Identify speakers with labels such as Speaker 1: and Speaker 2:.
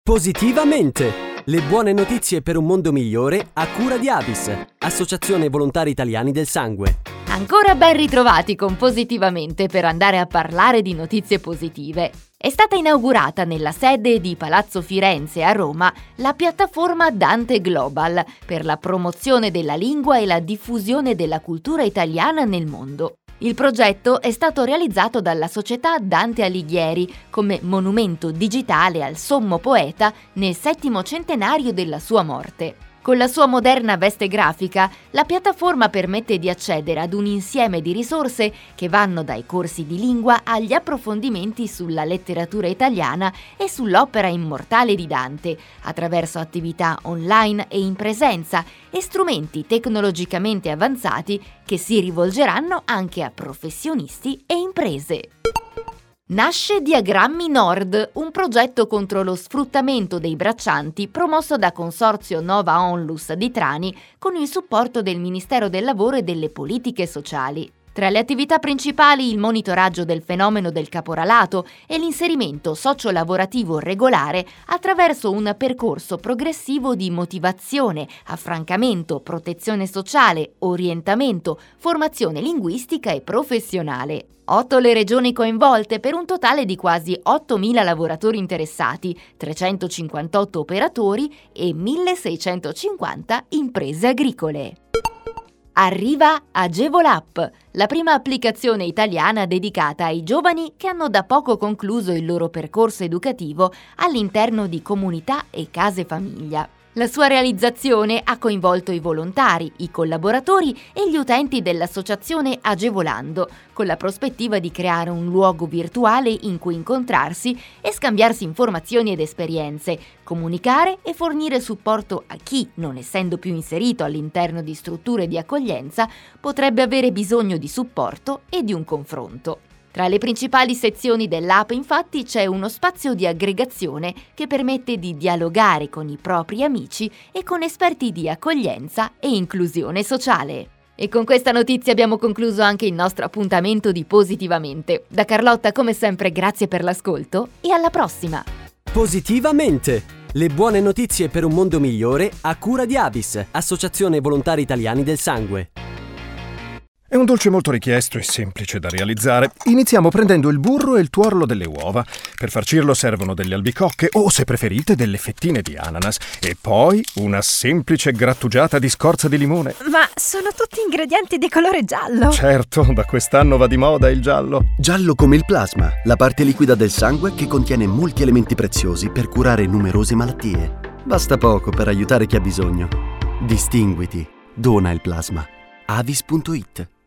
Speaker 1: Positivamente! Le buone notizie per un mondo migliore a cura di Avis, Associazione Volontari Italiani del Sangue.
Speaker 2: Ancora ben ritrovati con Positivamente per andare a parlare di notizie positive. È stata inaugurata nella sede di Palazzo Firenze a Roma la piattaforma Dante Global per la promozione della lingua e la diffusione della cultura italiana nel mondo. Il progetto è stato realizzato dalla società Dante Alighieri come monumento digitale al sommo poeta nel 7° centenario della sua morte. Con la sua moderna veste grafica, la piattaforma permette di accedere ad un insieme di risorse che vanno dai corsi di lingua agli approfondimenti sulla letteratura italiana e sull'opera immortale di Dante, attraverso attività online e in presenza e strumenti tecnologicamente avanzati che si rivolgeranno anche a professionisti e imprese. Nasce Diagrammi Nord, un progetto contro lo sfruttamento dei braccianti promosso da Consorzio Nova Onlus di Trani con il supporto del Ministero del Lavoro e delle Politiche Sociali. Tra le attività principali il monitoraggio del fenomeno del caporalato e l'inserimento socio-lavorativo regolare attraverso un percorso progressivo di motivazione, affrancamento, protezione sociale, orientamento, formazione linguistica e professionale. 8 le regioni coinvolte per un totale di quasi 8.000 lavoratori interessati, 358 operatori e 1.650 imprese agricole. Arriva Agevol'App, la prima applicazione italiana dedicata ai giovani che hanno da poco concluso il loro percorso educativo all'interno di comunità e case famiglia. La sua realizzazione ha coinvolto i volontari, i collaboratori e gli utenti dell'associazione Agevolando, con la prospettiva di creare un luogo virtuale in cui incontrarsi e scambiarsi informazioni ed esperienze, comunicare e fornire supporto a chi, non essendo più inserito all'interno di strutture di accoglienza, potrebbe avere bisogno di supporto e di un confronto. Tra le principali sezioni dell'app, infatti, c'è uno spazio di aggregazione che permette di dialogare con i propri amici e con esperti di accoglienza e inclusione sociale. E con questa notizia abbiamo concluso anche il nostro appuntamento di Positivamente. Da Carlotta, come sempre, grazie per l'ascolto e alla prossima!
Speaker 1: Positivamente! Le buone notizie per un mondo migliore a cura di Avis, Associazione Volontari Italiani del Sangue.
Speaker 3: È un dolce molto richiesto e semplice da realizzare. Iniziamo prendendo il burro e il tuorlo delle uova. Per farcirlo servono delle albicocche o, se preferite, delle fettine di ananas. E poi una semplice grattugiata di scorza di limone.
Speaker 4: Ma sono tutti ingredienti di colore giallo.
Speaker 3: Certo, da quest'anno va di moda il giallo.
Speaker 5: Giallo come il plasma, la parte liquida del sangue che contiene molti elementi preziosi per curare numerose malattie. Basta poco per aiutare chi ha bisogno. Distinguiti. Dona il plasma. Avis.it